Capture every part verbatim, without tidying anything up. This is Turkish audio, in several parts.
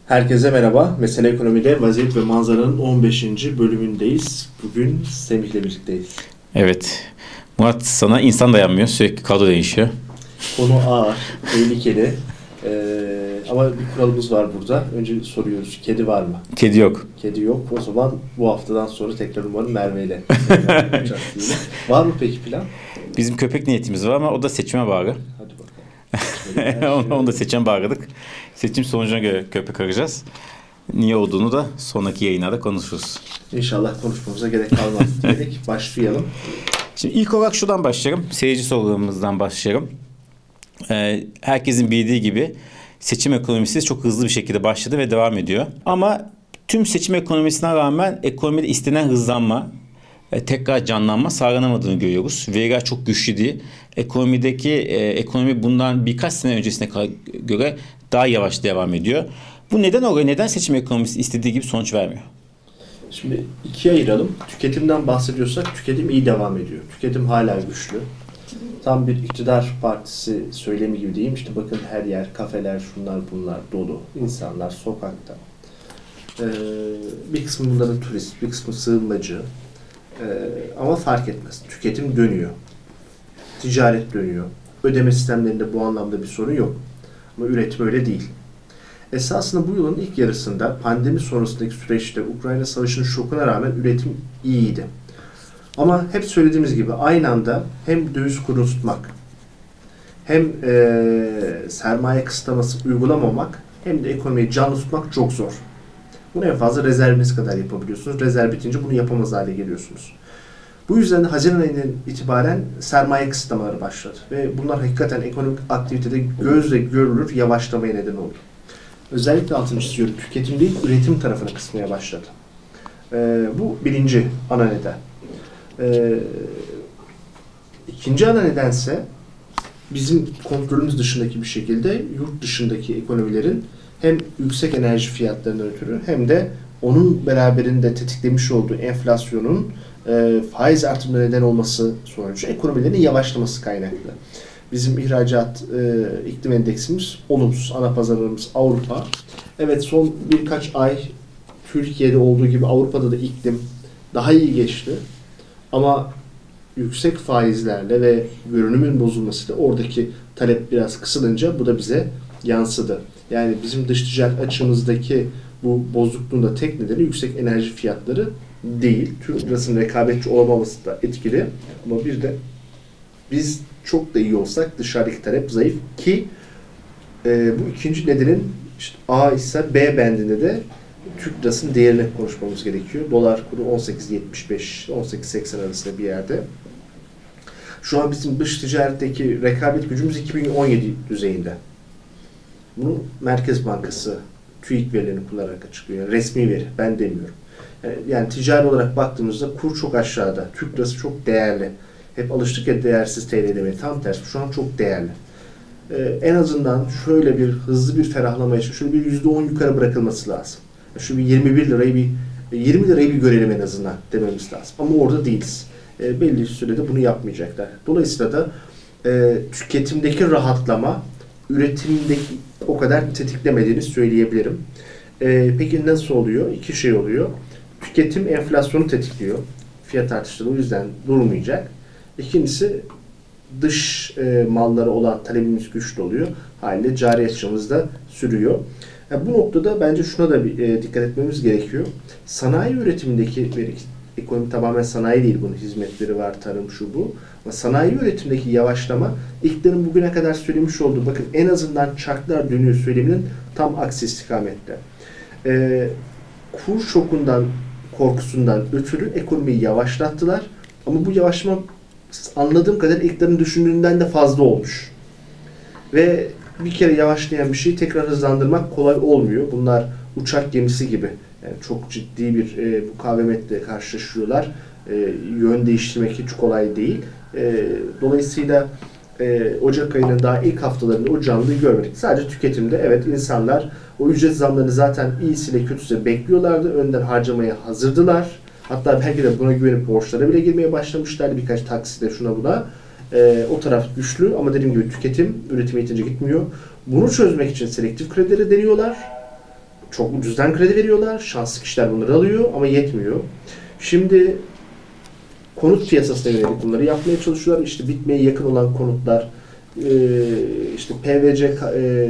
Herkese merhaba. Mesele Ekonomi'de Vaziyet ve Manzara'nın on beşinci bölümündeyiz. Bugün Semih'le birlikteyiz. Evet. Murat, sana insan dayanmıyor. Sürekli kadro değişiyor. Konu ağır, tehlikeli. Ee, ama bir kuralımız var burada. Önce soruyoruz. Kedi var mı? Kedi yok. Kedi yok. O zaman bu haftadan sonra tekrar umarım Merve ile. Var mı peki plan? Bizim köpek niyetimiz var ama o da seçime bağlı. Hadi bakalım. onu, onu da seçime bağladık. Seçim sonucuna göre köpek arayacağız. Niye olduğunu da sonraki yayınlarda konuşuruz. İnşallah konuşmamıza gerek kalmaz diyerek başlayalım. Şimdi ilk olarak şuradan başlayalım. Seyirci sorularımızdan başlayalım. Ee, herkesin bildiği gibi seçim ekonomisi çok hızlı bir şekilde başladı ve devam ediyor. Ama tüm seçim ekonomisine rağmen ekonomide istenen hızlanma, e, tekrar canlanma sağlanamadığını görüyoruz. Veriler çok güçlü değil. Ekonomideki e, ekonomi bundan birkaç sene öncesine göre daha yavaş devam ediyor. Bu neden oluyor? Neden seçim ekonomisi istediği gibi sonuç vermiyor? Şimdi ikiye ayıralım. Tüketimden bahsediyorsak tüketim iyi devam ediyor. Tüketim hala güçlü. Tam bir iktidar partisi söylemi gibi diyeyim. İşte bakın her yer, kafeler, şunlar bunlar dolu. İnsanlar sokakta. Ee, bir kısmı bunların turist, bir kısmı sığınmacı. Ee, ama fark etmez. Tüketim dönüyor. Ticaret dönüyor. Ödeme sistemlerinde bu anlamda bir sorun yok. Ama üretim öyle değil. Esasında bu yılın ilk yarısında pandemi sonrasındaki süreçte Ukrayna Savaşı'nın şokuna rağmen üretim iyiydi. Ama hep söylediğimiz gibi aynı anda hem döviz kurunu tutmak, hem e, sermaye kısıtlaması uygulamamak, hem de ekonomiyi canlı tutmak çok zor. Bunu en fazla rezerviniz kadar yapabiliyorsunuz. Rezerv bitince bunu yapamaz hale geliyorsunuz. Bu yüzden de Haziran ayından itibaren sermaye kısıtlamaları başladı. Ve bunlar hakikaten ekonomik aktivitede gözle görülür yavaşlamaya neden oldu. Özellikle altını çiziyorum. Tüketim değil, üretim tarafını kısmaya başladı. E, bu birinci ana neden. Ee, ikinci ana nedense bizim kontrolümüz dışındaki bir şekilde yurt dışındaki ekonomilerin hem yüksek enerji fiyatlarından ötürü hem de onun beraberinde tetiklemiş olduğu enflasyonun e, faiz artımına neden olması sonucu ekonomilerin yavaşlaması kaynaklı. Bizim ihracat e, iklim endeksimiz olumsuz. Ana pazarlarımız Avrupa. Evet, son birkaç ay Türkiye'de olduğu gibi Avrupa'da da iklim daha iyi geçti. Ama yüksek faizlerle ve görünümün bozulmasıyla oradaki talep biraz kısılınca bu da bize yansıdı. Yani bizim dış ticaret açımızdaki bu bozukluğun da tek nedeni yüksek enerji fiyatları değil. Türk lirasının rekabetçi olamaması da etkili. Ama bir de biz çok da iyi olsak dışarıdaki talep zayıf ki e, bu ikinci nedenin işte A ise B bendinde de Türk lirasının değerini konuşmamız gerekiyor. Dolar kuru on sekiz yetmiş beş on sekiz seksen arasında bir yerde. Şu an bizim dış ticaretteki rekabet gücümüz iki bin on yedi düzeyinde. Bunu Merkez Bankası TÜİK verilerini kullanarak açıklıyor. Yani resmi veri, ben demiyorum. Yani, yani ticari olarak baktığımızda kur çok aşağıda. Türk lirası çok değerli. Hep alıştık ya değersiz T L demeye. Tam tersi. Şu an çok değerli. Ee, en azından şöyle bir hızlı bir ferahlama için şöyle bir yüzde on yukarı bırakılması lazım. Şu bir yirmi bir lirayı bir yirmi lirayı bir görelim en azından dememiz lazım. Ama orada değiliz. E, belli bir sürede bunu yapmayacaklar. Dolayısıyla da e, tüketimdeki rahatlama üretimdeki o kadar tetiklemediğini söyleyebilirim. E, peki nasıl oluyor? İki şey oluyor. Tüketim enflasyonu tetikliyor. Fiyat artışları o yüzden durmayacak. İkincisi dış e, mallara olan talebimiz güçlü oluyor. Haliyle cari açığımız da sürüyor. Yani bu noktada bence şuna da bir e, dikkat etmemiz gerekiyor. Sanayi üretimindeki, ekonomi tamamen sanayi değil, bunun hizmetleri var, tarım şu bu. Ama sanayi üretimindeki yavaşlama, iktidarın bugüne kadar söylemiş olduğu, bakın en azından çarklar dönüyor söyleminin tam aksi istikamette. E, kur şokundan, korkusundan ötürü ekonomiyi yavaşlattılar. Ama bu yavaşlama anladığım kadar iktidarın düşündüğünden de fazla olmuş. Ve bir kere yavaşlayan bir şeyi tekrar hızlandırmak kolay olmuyor. Bunlar uçak gemisi gibi. Yani çok ciddi bir e, mukavemetle karşılaşıyorlar. E, yön değiştirmek hiç kolay değil. E, dolayısıyla e, Ocak ayının daha ilk haftalarında o canlıyı görmedik. Sadece tüketimde evet insanlar o ücret zamlarını zaten iyisiyle kötüsüyle bekliyorlardı. Önden harcamaya hazırdılar. Hatta belki de buna güvenip borçlara bile girmeye başlamışlardı. Birkaç takside şuna buna. Ee, o taraf güçlü ama dediğim gibi tüketim üretime yetince gitmiyor. Bunu çözmek için selektif kredileri deniyorlar. çok ucuzdan kredi veriyorlar. Şanslı kişiler bunları alıyor ama yetmiyor. Şimdi konut piyasasına yönelik bunları yapmaya çalışıyorlar. İşte bitmeye yakın olan konutlar, işte P V C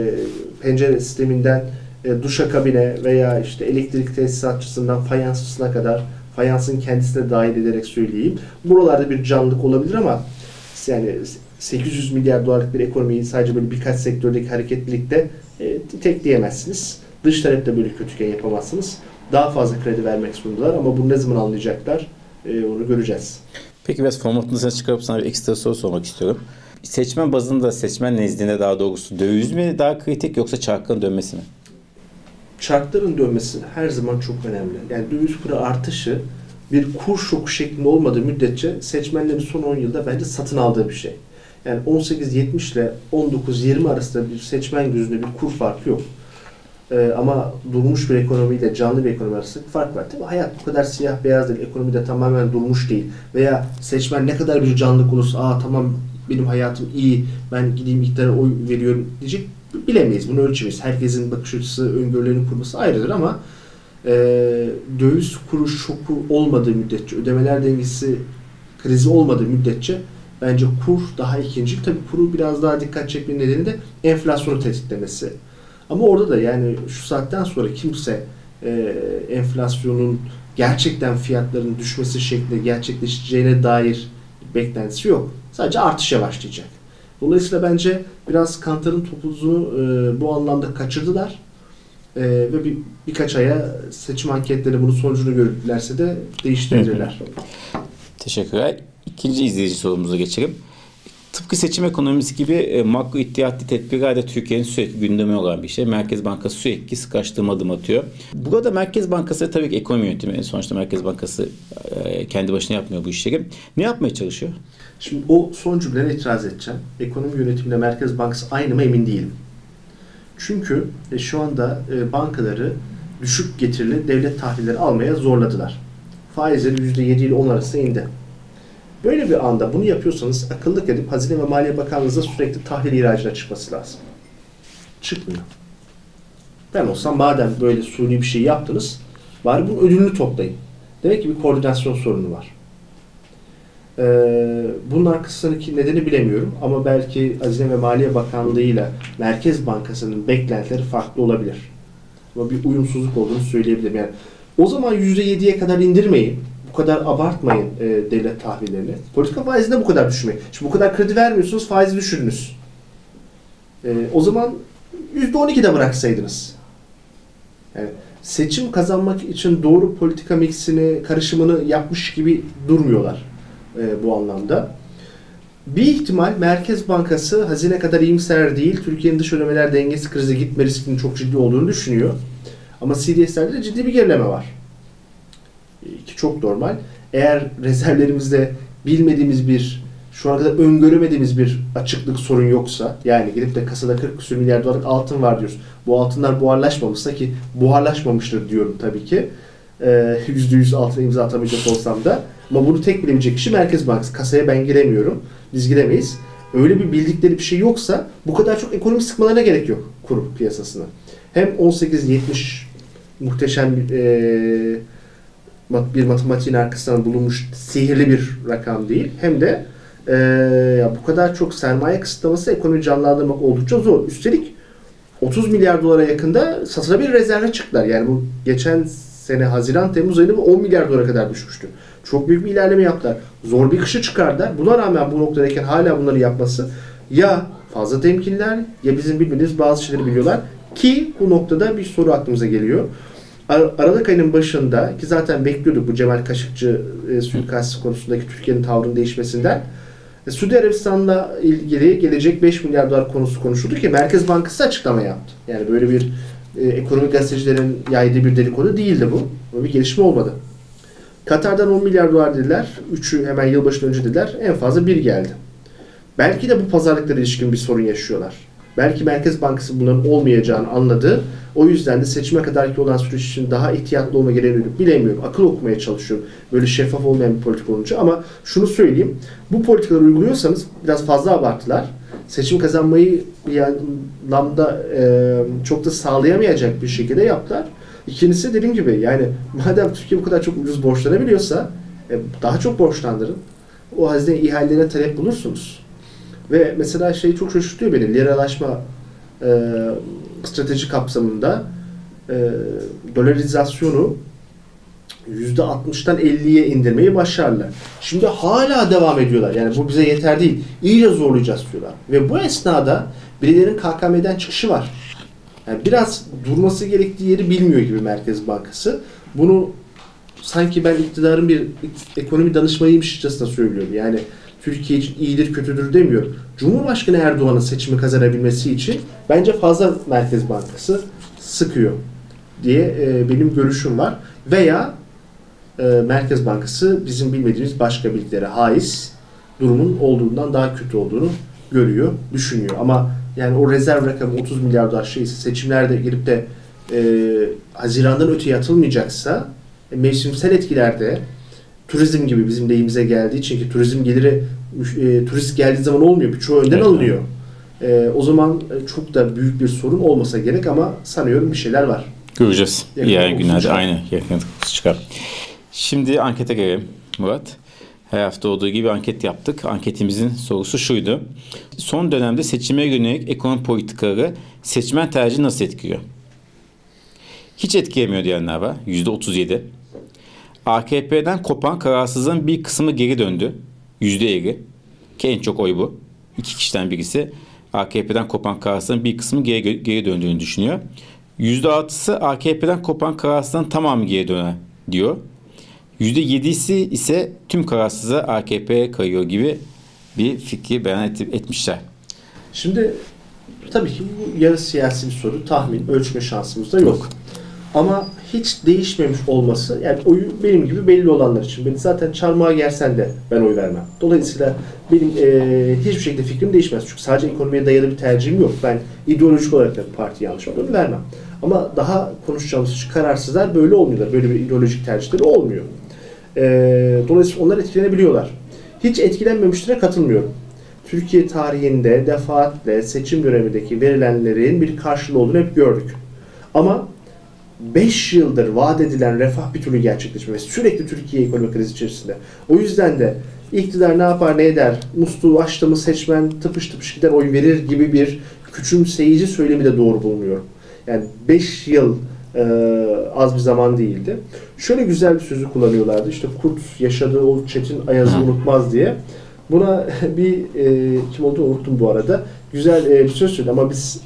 pencere sisteminden duşakabine veya işte elektrik tesisatçısından fayansçısına kadar, fayansın kendisine dahil ederek söyleyeyim. Buralarda bir canlılık olabilir ama yani sekiz yüz milyar dolarlık bir ekonomiyi sadece böyle birkaç sektördeki hareketlilikte e, tekleyemezsiniz. Dış talepte böyle kötüken yapamazsınız. Daha fazla kredi vermek zorundalar ama bunu ne zaman anlayacaklar e, onu göreceğiz. Peki biraz formatın dışına çıkarıp sana bir ekstra soru sormak istiyorum. Seçmen bazında, seçmen nezdinde daha doğrusu döviz mi daha kritik yoksa çarkların dönmesi mi? Çarkların dönmesi her zaman çok önemli. Yani döviz kuru artışı bir kur şoku şeklinde olmadığı müddetçe seçmenlerin son on yılda bence satın aldığı bir şey. Yani on sekiz yetmiş ile on dokuz yirmi arasında bir seçmen gözünde bir kur farkı yok. Ee, ama durmuş bir ekonomiyle canlı bir ekonomi arasında bir fark var. Tabii hayat bu kadar siyah beyaz değil. Ekonomi de tamamen durmuş değil. Veya seçmen ne kadar bir canlılık olursa aa tamam benim hayatım iyi, ben gideyim iktidara oy veriyorum diyecek, bilemeyiz. Bunu ölçemeyiz. Herkesin bakış açısı, öngörülerini kurması ayrıdır ama e, döviz kuru şoku olmadığı müddetçe, ödemeler dengesi krizi olmadığı müddetçe bence kur daha ikinci. Tabii kuru biraz daha dikkat çekmenin nedeni de enflasyonu tetiklemesi. Ama orada da yani şu saatten sonra kimse e, enflasyonun gerçekten fiyatların düşmesi şeklinde gerçekleşeceğine dair beklentisi yok. Sadece artışa başlayacak. Dolayısıyla bence biraz Kantar'ın topuzunu e, bu anlamda kaçırdılar. E, ve bir, birkaç aya seçim anketleri bunun sonucunu görürlerse de değiştirirler. Teşekkürler. İkinci izleyici sorumuza geçelim. Tıpkı seçim ekonomisi gibi e, makro ihtiyati tedbirler de Türkiye'nin sürekli gündemi olan bir şey. Merkez Bankası sürekli sıkaçtığım adım atıyor. Burada Merkez Bankası tabii ki ekonomi yönetimi. Sonuçta Merkez Bankası e, kendi başına yapmıyor bu işleri. Ne yapmaya çalışıyor? Şimdi o son cümlene itiraz edeceğim. Ekonomi yönetiminde Merkez Bankası aynı mı emin değilim. Çünkü e, şu anda e, bankaları düşük getirili devlet tahvilleri almaya zorladılar. Faizleri yüzde yedi ile on arasında indi. Böyle bir anda bunu yapıyorsanız akıllık edip Hazine ve Maliye Bakanlığı'nıza sürekli tahvil ihracına çıkması lazım. Çıkmıyor. Ben olsam madem böyle suni bir şey yaptınız, bari bunun ödülünü toplayın. Demek ki bir koordinasyon sorunu var. Ee, bunun arkasındaki nedeni bilemiyorum ama belki Hazine ve Maliye Bakanlığı ile Merkez Bankası'nın beklentileri farklı olabilir. Ama bir uyumsuzluk olduğunu söyleyebilirim. Yani o zaman yüzde yediye kadar indirmeyin. Bu kadar abartmayın e, devlet tahvillerini. Politika faizinde bu kadar düşmeyin. Şimdi bu kadar kredi vermiyorsunuz, faizi düşürünüz. E, o zaman yüzde on ikide bıraksaydınız. Yani seçim kazanmak için doğru politika mixini, karışımını yapmış gibi durmuyorlar e, bu anlamda. Bir ihtimal Merkez Bankası hazine kadar iyimser değil, Türkiye'nin dış ödemeler dengesi krizi gitme riskinin çok ciddi olduğunu düşünüyor. Ama C D S'lerde de ciddi bir gerileme var. Ki çok normal. Eğer rezervlerimizde bilmediğimiz bir, şu ana kadar öngöremediğimiz bir açıklık sorun yoksa, yani gidip de kasada kırk küsur milyar dolarlık altın var diyoruz. Bu altınlar buharlaşmamışsa, ki buharlaşmamıştır diyorum tabii ki. yüzde yüz altına imza atamayacak olsam da. Ama bunu tek bilebilecek kişi Merkez Bankası. Kasaya ben giremiyorum. Biz giremeyiz. Öyle bir bildikleri bir şey yoksa bu kadar çok ekonomi sıkmalarına gerek yok kur piyasasına. Hem on sekiz yetmiş muhteşem bir e, bir matematiğin arkasından bulunmuş sihirli bir rakam değil. Hem de e, ya bu kadar çok sermaye kısıtlaması ekonomi canlandırmak oldukça zor. Üstelik otuz milyar dolara yakında satılabilir rezerve çıktılar. Yani bu geçen sene Haziran-Temmuz ayında on milyar dolara kadar düşmüştü. Çok büyük bir ilerleme yaptılar. Zor bir kışı çıkardılar. Buna rağmen bu noktadayken hala bunları yapması ya fazla temkinler ya bizim bilmediğimiz bazı şeyleri biliyorlar. Ki bu noktada bir soru aklımıza geliyor. Aralık ayının başında ki zaten bekliyorduk bu Cemal Kaşıkçı e, suikastı konusundaki Türkiye'nin tavrının değişmesinden. E, Suudi Arabistan'la ilgili gelecek beş milyar dolar konusu konuşuldu ki Merkez Bankası açıklama yaptı. Yani böyle bir e, ekonomik gazetecilerin yaydığı bir dedikodu değildi bu. Böyle bir gelişme olmadı. Katar'dan on milyar dolar dediler. üçü hemen yılbaşından önce dediler. En fazla bir geldi. Belki de bu pazarlıklara ilişkin bir sorun yaşıyorlar. Belki Merkez Bankası bunların olmayacağını anladı. O yüzden de seçime kadarki olan süreç için daha ihtiyatlı olma gereğini bilemiyorum. Akıl okumaya çalışıyorum. Böyle şeffaf olmayan bir politika olunca. Ama şunu söyleyeyim. Bu politikaları uyguluyorsanız biraz fazla abarttılar. seçim kazanmayı bir anlamda e, çok da sağlayamayacak bir şekilde yaptılar. İkincisi dediğim gibi yani madem Türkiye bu kadar çok ucuz borçlanabiliyorsa e, daha çok borçlandırın. O hazine ihalelerine talep bulursunuz. Ve mesela şey çok şaşırtıyor beni. Liralaşma e, strateji kapsamında e, dolarizasyonu yüzde altmıştan elliye indirmeyi başardılar. Şimdi hala devam ediyorlar. Yani bu bize yeter değil. İyice zorlayacağız diyorlar. Ve bu esnada birilerinin K K M'den çıkışı var. Yani biraz durması gerektiği yeri bilmiyor gibi Merkez Bankası. Bunu sanki ben iktidarın bir ekonomi danışmayıymışçasına söylüyorum. Yani Türkiye için iyidir kötüdür demiyorum. Cumhurbaşkanı Erdoğan'ın seçimi kazanabilmesi için bence fazla Merkez Bankası sıkıyor diye e, benim görüşüm var. Veya e, Merkez Bankası bizim bilmediğimiz başka bilgilere haiz, durumun olduğundan daha kötü olduğunu görüyor, düşünüyor. Ama yani o rezerv rakamı otuz milyar dolar şeyse seçimlerde girip de e, Haziran'dan öteye atılmayacaksa e, mevsimsel etkilerde turizm gibi bizim deyimize geldiği için ki turizm geliri e, turist geldiği zaman olmuyor. Birçoğu önden evet, alınıyor. E, o zaman çok da büyük bir sorun olmasa gerek ama sanıyorum bir şeyler var. Göreceğiz. Yani günlerde aynı yakın çıkar. Şimdi ankete gelelim Murat. Her hafta olduğu gibi anket yaptık. Anketimizin sorusu şuydu. Son dönemde seçime yönelik ekonomi politikaları seçmen tercihi nasıl etkiliyor? Hiç etkilemiyor diyenler var. yüzde otuz yedi. A K P'den kopan kararsızlığın bir kısmı geri döndü. yüzde elli. Ki en çok oy bu. İki kişiden birisi A K P'den kopan kararsızlığın bir kısmı geri, geri döndüğünü düşünüyor. yüzde altısı A K P'den kopan kararsızlığın tamamı geri döner diyor. yüzde yedisi ise tüm kararsızlığa A K P'ye kayıyor gibi bir fikri beyan et, etmişler. Şimdi tabii ki bu yarı siyasi bir soru. Tahmin, ölçme şansımız da yok. yok. Ama hiç değişmemiş olması, yani oyu benim gibi belli olanlar için. Beni zaten çarmıha gersen de ben oy vermem. Dolayısıyla benim e, hiçbir şekilde fikrim değişmez. Çünkü sadece ekonomiye dayalı bir tercihim yok. Ben ideolojik olarak da parti yanlış olduğunu vermem. Ama daha konuşacağımız şu kararsızlar böyle olmuyorlar. Böyle bir ideolojik tercihleri olmuyor. E, dolayısıyla onlar etkilenebiliyorlar. Hiç etkilenmemişlere katılmıyorum. Türkiye tarihinde defaatle seçim dönemindeki verilenlerin bir karşılığı olduğunu hep gördük. Ama beş yıldır vaat edilen refah bir türlü gerçekleşmiyor. Sürekli Türkiye ekonomik kriz içerisinde. O yüzden de iktidar ne yapar ne eder, musluğu açtı mı seçmen tıpış tıpış gider oy verir gibi bir küçümseyici söylemi de doğru bulmuyorum. Yani beş yıl e, az bir zaman değildi. Şöyle güzel bir sözü kullanıyorlardı. İşte kurt yaşadığı o çetin ayazı unutmaz diye. Buna bir e, kim olduğunu unuttum bu arada. Güzel e, bir söz söyledi ama biz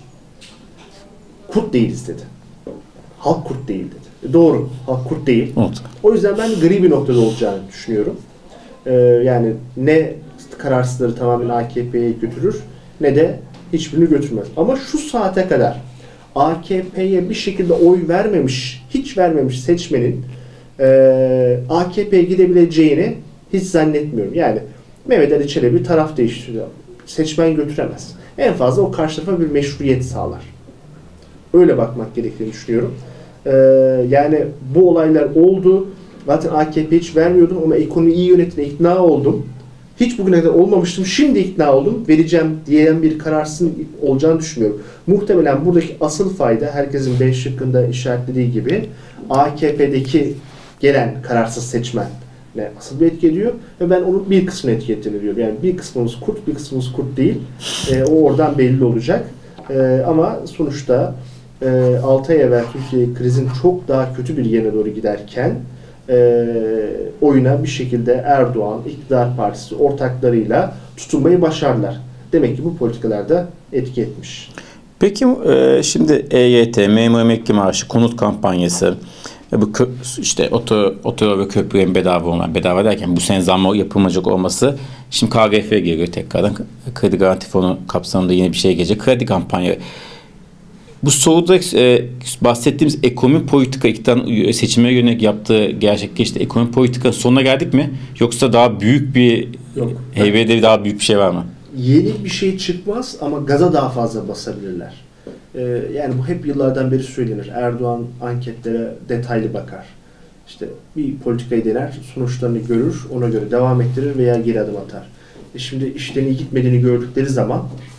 kurt değiliz dedi. Halk kurt değil dedi. E doğru. Halk kurt değil. Evet. O yüzden ben gri bir noktada olacağını düşünüyorum. Ee, yani ne kararsızları tamamen A K P'ye götürür ne de hiçbirini götürmez. Ama şu saate kadar A K P'ye bir şekilde oy vermemiş, hiç vermemiş seçmenin e, A K P'ye gidebileceğini hiç zannetmiyorum. Yani Mehmet Ali Çelebi taraf değiştiriyor. Seçmen götüremez. En fazla o karşı tarafa bir meşruiyet sağlar. Öyle bakmak gerektiğini düşünüyorum. Ee, yani bu olaylar oldu. Zaten A K P hiç vermiyordum ama ekonomi iyi yönetimine ikna oldum. Hiç bugüne kadar olmamıştım. Şimdi ikna oldum. Vereceğim diyen bir kararsın olacağını düşünmüyorum. Muhtemelen buradaki asıl fayda herkesin B şıkkında işaretlediği gibi A K P'deki gelen kararsız seçmen asıl bir etki ediyor ve ben onun bir kısmını etki ettiğini diyorum. Yani bir kısmımız kurt, bir kısmımız kurt değil. Ee, o oradan belli olacak. Ee, ama sonuçta e, altı ay evvel Türkiye krizin çok daha kötü bir yerine doğru giderken e, oyuna bir şekilde Erdoğan, iktidar partisi ortaklarıyla tutunmayı başardılar. Demek ki bu politikalarda etki etmiş. Peki e, şimdi E Y T, memur emekli maaşı, konut kampanyası, bu kö- işte oto, oto ve köprülerin bedava olma, bedava derken bu sene zammı yapılmayacak olması, şimdi K G F geliyor tekrardan, kredi garanti fonu kapsamında yine bir şey gelecek, kredi kampanya. Bu soruda e, bahsettiğimiz ekonomi politika iktidarın seçime yönelik yaptığı gerçekleşti. Ekonomi politika sonuna geldik mi? Yoksa daha büyük bir Yok. heybede daha büyük bir şey var mı? Yeni bir şey çıkmaz ama gaza daha fazla basabilirler. Ee, yani bu hep yıllardan beri söylenir. Erdoğan anketlere detaylı bakar. İşte bir politikayı dener, sonuçlarını görür, ona göre devam ettirir veya geri adım atar. E şimdi işlerin iyi gitmediğini gördükleri zaman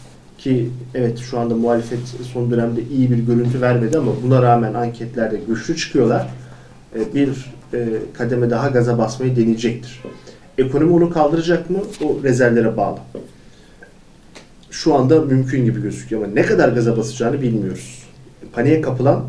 ki evet şu anda muhalefet son dönemde iyi bir görüntü vermedi ama buna rağmen anketlerde güçlü çıkıyorlar. E, bir e, kademe daha gaza basmayı deneyecektir. Ekonomi onu kaldıracak mı? O rezervlere bağlı. Şu anda mümkün gibi gözüküyor ama ne kadar gaza basacağını bilmiyoruz. Paniğe kapılan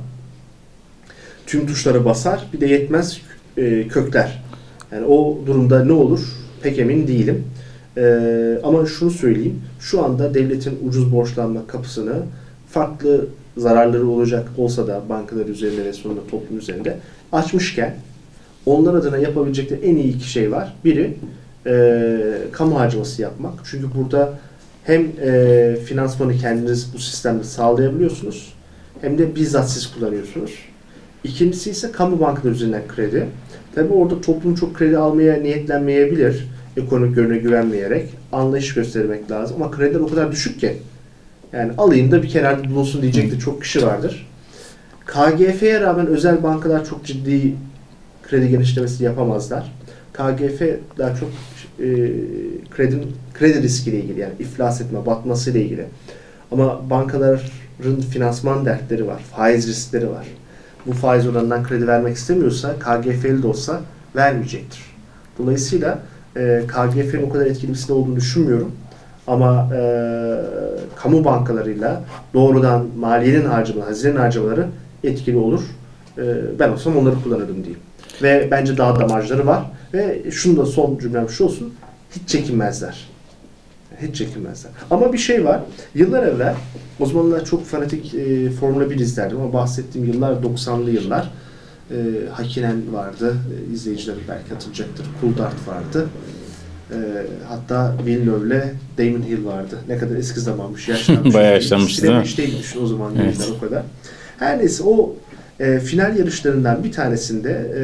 tüm tuşlara basar, bir de yetmez e, kökler. Yani o durumda ne olur pek emin değilim. E, ama şunu söyleyeyim, şu anda devletin ucuz borçlanma kapısını farklı zararları olacak olsa da bankalar üzerinde ve sonunda toplum üzerinde açmışken onlar adına yapabilecekleri en iyi iki şey var. Biri e, kamu harcaması yapmak. Çünkü burada hem e, finansmanı kendiniz bu sistemde sağlayabiliyorsunuz hem de bizzat siz kullanıyorsunuz. İkincisi ise kamu bankaları üzerinden kredi. Tabi orada toplum çok kredi almaya niyetlenmeyebilir. Ekonomik görüne güvenmeyerek. Anlayış göstermek lazım. Ama krediler o kadar düşük ki. Yani alayım da bir kenarda bulunsun diyecek de çok kişi vardır. K G F'ye rağmen özel bankalar çok ciddi kredi genişlemesi yapamazlar. K G F daha çok e, kredi, kredi riskiyle ilgili, yani iflas etme, batmasıyla ilgili. Ama bankaların finansman dertleri var, faiz riskleri var. Bu faiz oranından kredi vermek istemiyorsa K G F'li de olsa vermeyecektir. Dolayısıyla e, K G F'nin o kadar etkili bir silah olduğunu düşünmüyorum. Ama e, kamu bankalarıyla doğrudan maliyenin harcamaları, hazinenin harcamaları etkili olur. E, ben olsam onları kullanırdım diyeyim. Ve bence daha da marjları var. Ve şunu da son cümlem şu olsun, hiç çekinmezler. Hiç çekinmezler. Ama bir şey var. Yıllar evvel, o zamanlar çok fanatik e, Formula bir izlerdim ama bahsettiğim yıllar doksanlı yıllar. E, Hakkinen vardı. E, izleyiciler belki hatırlayacaktır. Coulthard vardı. E, hatta Villeneuve'le Damon Hill vardı. Ne kadar eski zamanmış. Yaşlanmış. Bayağı yaşlanmış değil mi? İşteydi düşün o zaman evet. O kadar. Her neyse o e, final yarışlarından bir tanesinde e,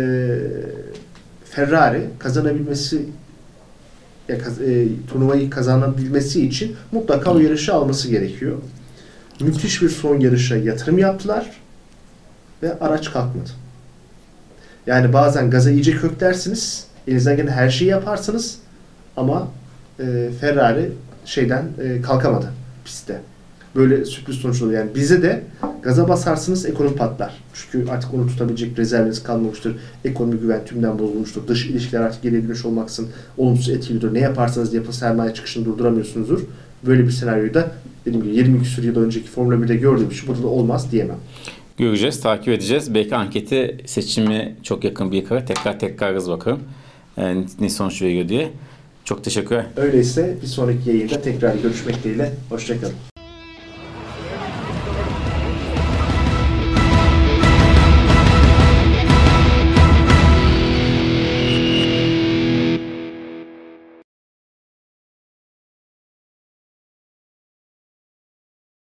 Ferrari kazanabilmesi e, turnuvayı kazanabilmesi için mutlaka o yarışı alması gerekiyor. Müthiş bir son yarışa yatırım yaptılar ve araç kalkmadı. Yani bazen gaza iyice köklersiniz, elinizden gelen her şeyi yaparsınız ama e, Ferrari şeyden e, kalkamadı pistte. Böyle sürpriz sonuçlar oluyor. Yani bize de gaza basarsınız, ekonomi patlar. Çünkü artık onu tutabilecek rezerviniz kalmamıştır. Ekonomi güven tümden bozulmuştur. Dış ilişkiler artık geriye dönüş olmaksın olumsuz etkilidir. Ne yaparsanız yapın sermaye çıkışını durduramıyorsunuzdur. Böyle bir senaryoda dediğim gibi yirmi küsur yıl önceki Formula birde gördüğüm şey burada da olmaz diyemem. Göreceğiz, takip edeceğiz. Belki anketi seçimi çok yakın bir yıkara tekrar tekrar hız bakalım. Yani ne sonuç veriyor diye. Çok teşekkürler. Öyleyse bir sonraki yayında tekrar görüşmek dileğiyle. Hoşçakalın.